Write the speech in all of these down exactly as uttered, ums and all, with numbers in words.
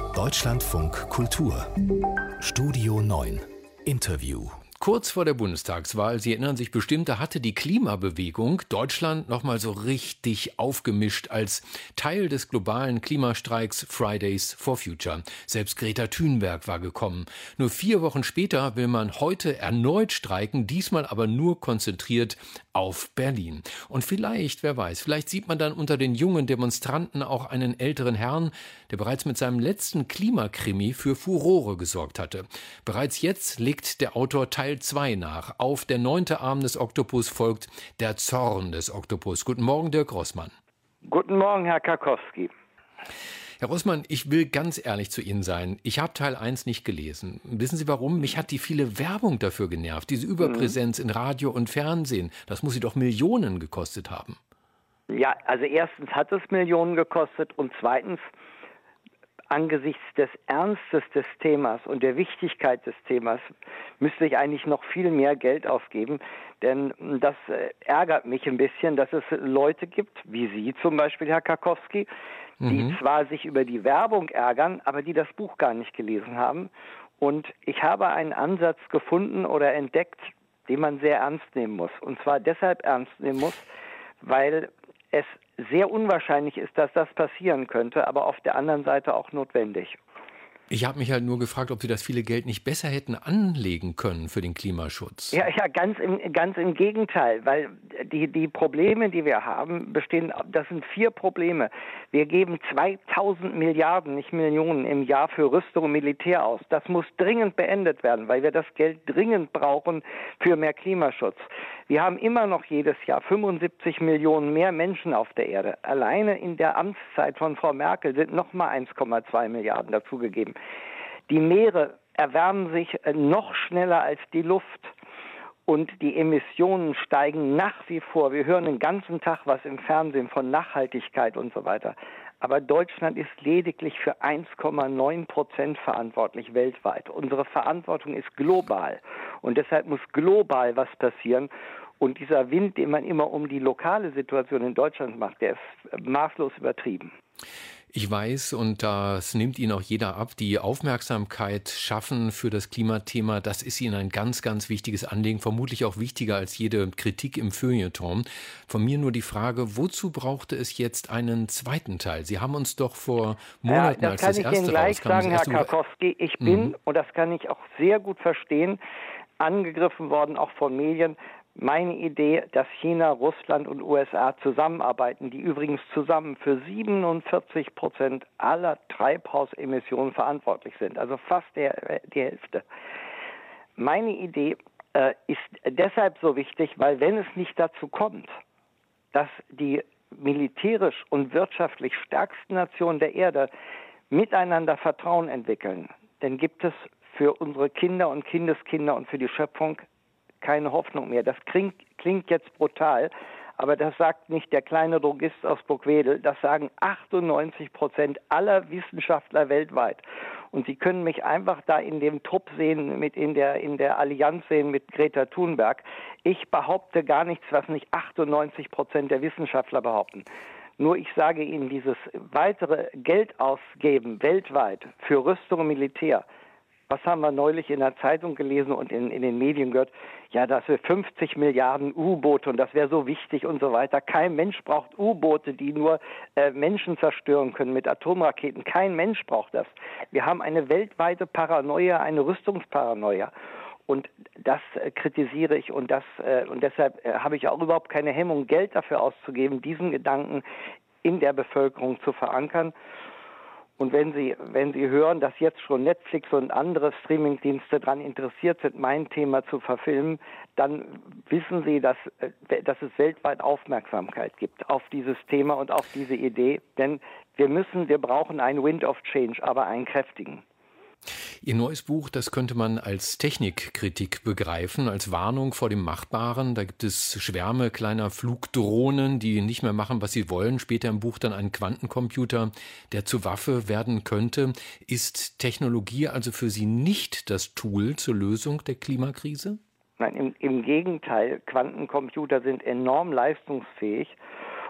Deutschlandfunk Kultur Studio neun Interview. Kurz vor der Bundestagswahl, Sie erinnern sich bestimmt, da hatte die Klimabewegung Deutschland nochmal so richtig aufgemischt als Teil des globalen Klimastreiks Fridays for Future. Selbst Greta Thunberg war gekommen. Nur vier Wochen später will man heute erneut streiken, diesmal aber nur konzentriert auf Berlin. Und vielleicht, wer weiß, vielleicht sieht man dann unter den jungen Demonstranten auch einen älteren Herrn, der bereits mit seinem letzten Klimakrimi für Furore gesorgt hatte. Bereits jetzt legt der Autor Teil zwei nach. Auf Der neunte Arm des Oktopus folgt Der Zorn des Oktopus. Guten Morgen, Dirk Rossmann. Guten Morgen, Herr Karkowski. Herr Rossmann, ich will ganz ehrlich zu Ihnen sein. Ich habe Teil eins nicht gelesen. Wissen Sie warum? Mich hat die viele Werbung dafür genervt. Diese Überpräsenz in Radio und Fernsehen. Das muss Sie doch Millionen gekostet haben. Ja, also erstens hat es Millionen gekostet und zweitens, angesichts des Ernstes des Themas und der Wichtigkeit des Themas müsste ich eigentlich noch viel mehr Geld ausgeben, denn das ärgert mich ein bisschen, dass es Leute gibt, wie Sie zum Beispiel, Herr Karkowski, die mhm. zwar sich über die Werbung ärgern, aber die das Buch gar nicht gelesen haben. Und ich habe einen Ansatz gefunden oder entdeckt, den man sehr ernst nehmen muss. Und zwar deshalb ernst nehmen muss, weil es sehr unwahrscheinlich ist, dass das passieren könnte, aber auf der anderen Seite auch notwendig. Ich habe mich halt nur gefragt, ob Sie das viele Geld nicht besser hätten anlegen können für den Klimaschutz. Ja, ja, ganz im, ganz im Gegenteil, weil die, die Probleme, die wir haben, bestehen, das sind vier Probleme. Wir geben zweitausend Milliarden, nicht Millionen im Jahr für Rüstung und Militär aus. Das muss dringend beendet werden, weil wir das Geld dringend brauchen für mehr Klimaschutz. Wir haben immer noch jedes Jahr fünfundsiebzig Millionen mehr Menschen auf der Erde. Alleine in der Amtszeit von Frau Merkel sind noch mal eins Komma zwei Milliarden dazugegeben. Die Meere erwärmen sich noch schneller als die Luft und die Emissionen steigen nach wie vor. Wir hören den ganzen Tag was im Fernsehen von Nachhaltigkeit und so weiter. Aber Deutschland ist lediglich für eins Komma neun Prozent verantwortlich weltweit. Unsere Verantwortung ist global und deshalb muss global was passieren. Und dieser Wind, den man immer um die lokale Situation in Deutschland macht, der ist maßlos übertrieben. Ich weiß, und das nimmt Ihnen auch jeder ab, die Aufmerksamkeit schaffen für das Klimathema, das ist Ihnen ein ganz, ganz wichtiges Anliegen, vermutlich auch wichtiger als jede Kritik im Feuilleton. Von mir nur die Frage, wozu brauchte es jetzt einen zweiten Teil? Sie haben uns doch vor Monaten, ja, als das erste rauskam... Das kann ich Ihnen gleich sagen, Herr Karkowski, ich bin, mhm. und das kann ich auch sehr gut verstehen, angegriffen worden, auch von Medien. Meine Idee, dass China, Russland und U S A zusammenarbeiten, die übrigens zusammen für siebenundvierzig Prozent aller Treibhausemissionen verantwortlich sind, also fast der, die Hälfte. Meine Idee äh, ist deshalb so wichtig, weil wenn es nicht dazu kommt, dass die militärisch und wirtschaftlich stärksten Nationen der Erde miteinander Vertrauen entwickeln, dann gibt es für unsere Kinder und Kindeskinder und für die Schöpfung keine Hoffnung mehr. Das klingt, klingt jetzt brutal, aber das sagt nicht der kleine Drogist aus Burgwedel, das sagen achtundneunzig Prozent aller Wissenschaftler weltweit. Und Sie können mich einfach da in dem Trupp sehen, mit in der, in der Allianz sehen mit Greta Thunberg. Ich behaupte gar nichts, was nicht achtundneunzig Prozent der Wissenschaftler behaupten. Nur ich sage Ihnen, dieses weitere Geld ausgeben weltweit für Rüstung und Militär, was haben wir neulich in der Zeitung gelesen und in, in den Medien gehört? Ja, dass wir fünfzig Milliarden U-Boote und das wäre so wichtig und so weiter. Kein Mensch braucht U-Boote, die nur äh, Menschen zerstören können mit Atomraketen. Kein Mensch braucht das. Wir haben eine weltweite Paranoia, eine Rüstungsparanoia. Und das äh, kritisiere ich und, das, äh, und deshalb äh, habe ich auch überhaupt keine Hemmung, Geld dafür auszugeben, diesen Gedanken in der Bevölkerung zu verankern. Und wenn Sie, wenn Sie hören, dass jetzt schon Netflix und andere Streamingdienste daran interessiert sind, mein Thema zu verfilmen, dann wissen Sie, dass, dass es weltweit Aufmerksamkeit gibt auf dieses Thema und auf diese Idee. Denn wir müssen, wir brauchen einen Wind of Change, aber einen kräftigen. Ihr neues Buch, das könnte man als Technikkritik begreifen, als Warnung vor dem Machbaren. Da gibt es Schwärme kleiner Flugdrohnen, die nicht mehr machen, was sie wollen. Später im Buch dann ein Quantencomputer, der zur Waffe werden könnte. Ist Technologie also für Sie nicht das Tool zur Lösung der Klimakrise? Nein, im, im Gegenteil. Quantencomputer sind enorm leistungsfähig.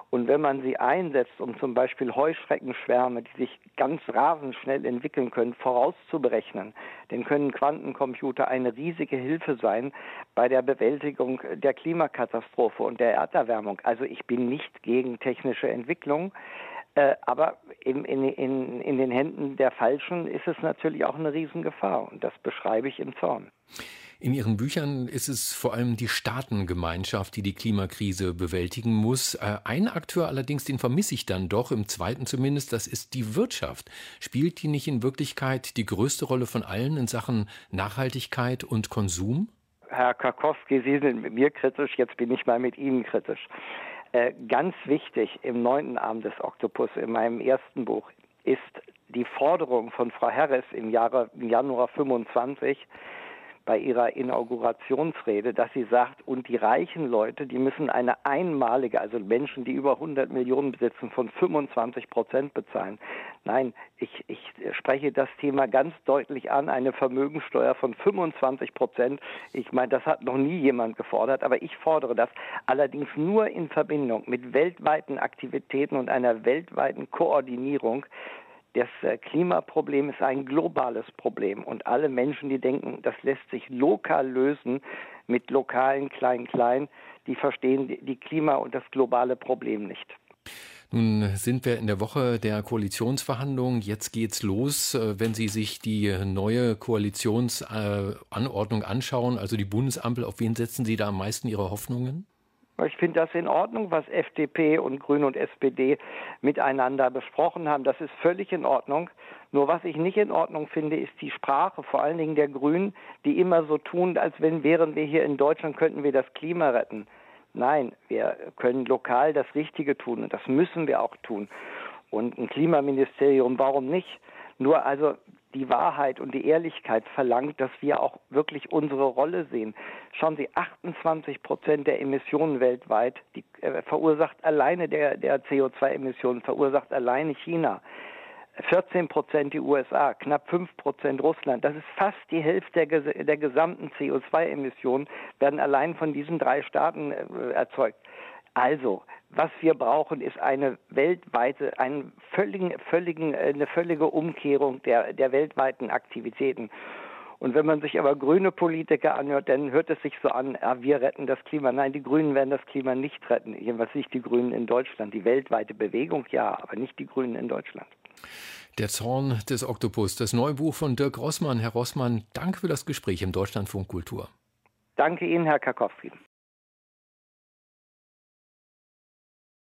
Und wenn man sie einsetzt, um zum Beispiel Heuschreckenschwärme, die sich ganz rasend schnell entwickeln können, vorauszuberechnen, dann können Quantencomputer eine riesige Hilfe sein bei der Bewältigung der Klimakatastrophe und der Erderwärmung. Also ich bin nicht gegen technische Entwicklung, äh, aber in, in, in, in den Händen der Falschen ist es natürlich auch eine Riesengefahr. Und das beschreibe ich im Zorn. In Ihren Büchern ist es vor allem die Staatengemeinschaft, die die Klimakrise bewältigen muss. Ein Akteur allerdings, den vermisse ich dann doch, im zweiten zumindest, das ist die Wirtschaft. Spielt die nicht in Wirklichkeit die größte Rolle von allen in Sachen Nachhaltigkeit und Konsum? Herr Karkowski, Sie sind mit mir kritisch, jetzt bin ich mal mit Ihnen kritisch. Äh, ganz wichtig im neunten Arm des Oktopus, in meinem ersten Buch, ist die Forderung von Frau Harris im Jahre, im Januar fünfundzwanzig, bei ihrer Inaugurationsrede, dass sie sagt, und die reichen Leute, die müssen eine einmalige, also Menschen, die über hundert Millionen besitzen, von fünfundzwanzig Prozent bezahlen. Nein, ich, ich spreche das Thema ganz deutlich an, eine Vermögensteuer von fünfundzwanzig Prozent. Ich meine, das hat noch nie jemand gefordert, aber ich fordere das allerdings nur in Verbindung mit weltweiten Aktivitäten und einer weltweiten Koordinierung. Das Klimaproblem ist ein globales Problem und alle Menschen, die denken, das lässt sich lokal lösen mit lokalen Klein-Klein, die verstehen die Klima- und das globale Problem nicht. Nun sind wir in der Woche der Koalitionsverhandlungen. Jetzt geht's los. Wenn Sie sich die neue Koalitionsanordnung anschauen, also die Bundesampel, auf wen setzen Sie da am meisten Ihre Hoffnungen? Ich finde das in Ordnung, was F D P und Grüne und S P D miteinander besprochen haben. Das ist völlig in Ordnung. Nur was ich nicht in Ordnung finde, ist die Sprache, vor allen Dingen der Grünen, die immer so tun, als wenn wären wir hier in Deutschland, könnten wir das Klima retten. Nein, wir können lokal das Richtige tun und das müssen wir auch tun. Und ein Klimaministerium, warum nicht? Nur also die Wahrheit und die Ehrlichkeit verlangt, dass wir auch wirklich unsere Rolle sehen. Schauen Sie, achtundzwanzig Prozent der Emissionen weltweit, die äh, verursacht alleine der, der C O zwei Emissionen, verursacht alleine China. vierzehn Prozent die U S A, knapp fünf Prozent Russland. Das ist fast die Hälfte der, der gesamten C O zwei Emissionen, werden allein von diesen drei Staaten äh, erzeugt. Also, was wir brauchen, ist eine weltweite, einen völligen, völligen, eine völlige Umkehrung der, der weltweiten Aktivitäten. Und wenn man sich aber grüne Politiker anhört, dann hört es sich so an, ja, wir retten das Klima. Nein, die Grünen werden das Klima nicht retten. Jedenfalls nicht die Grünen in Deutschland. Die weltweite Bewegung ja, aber nicht die Grünen in Deutschland. Der Zorn des Oktopus, das neue Buch von Dirk Rossmann. Herr Rossmann, danke für das Gespräch im Deutschlandfunk Kultur. Danke Ihnen, Herr Karkowski.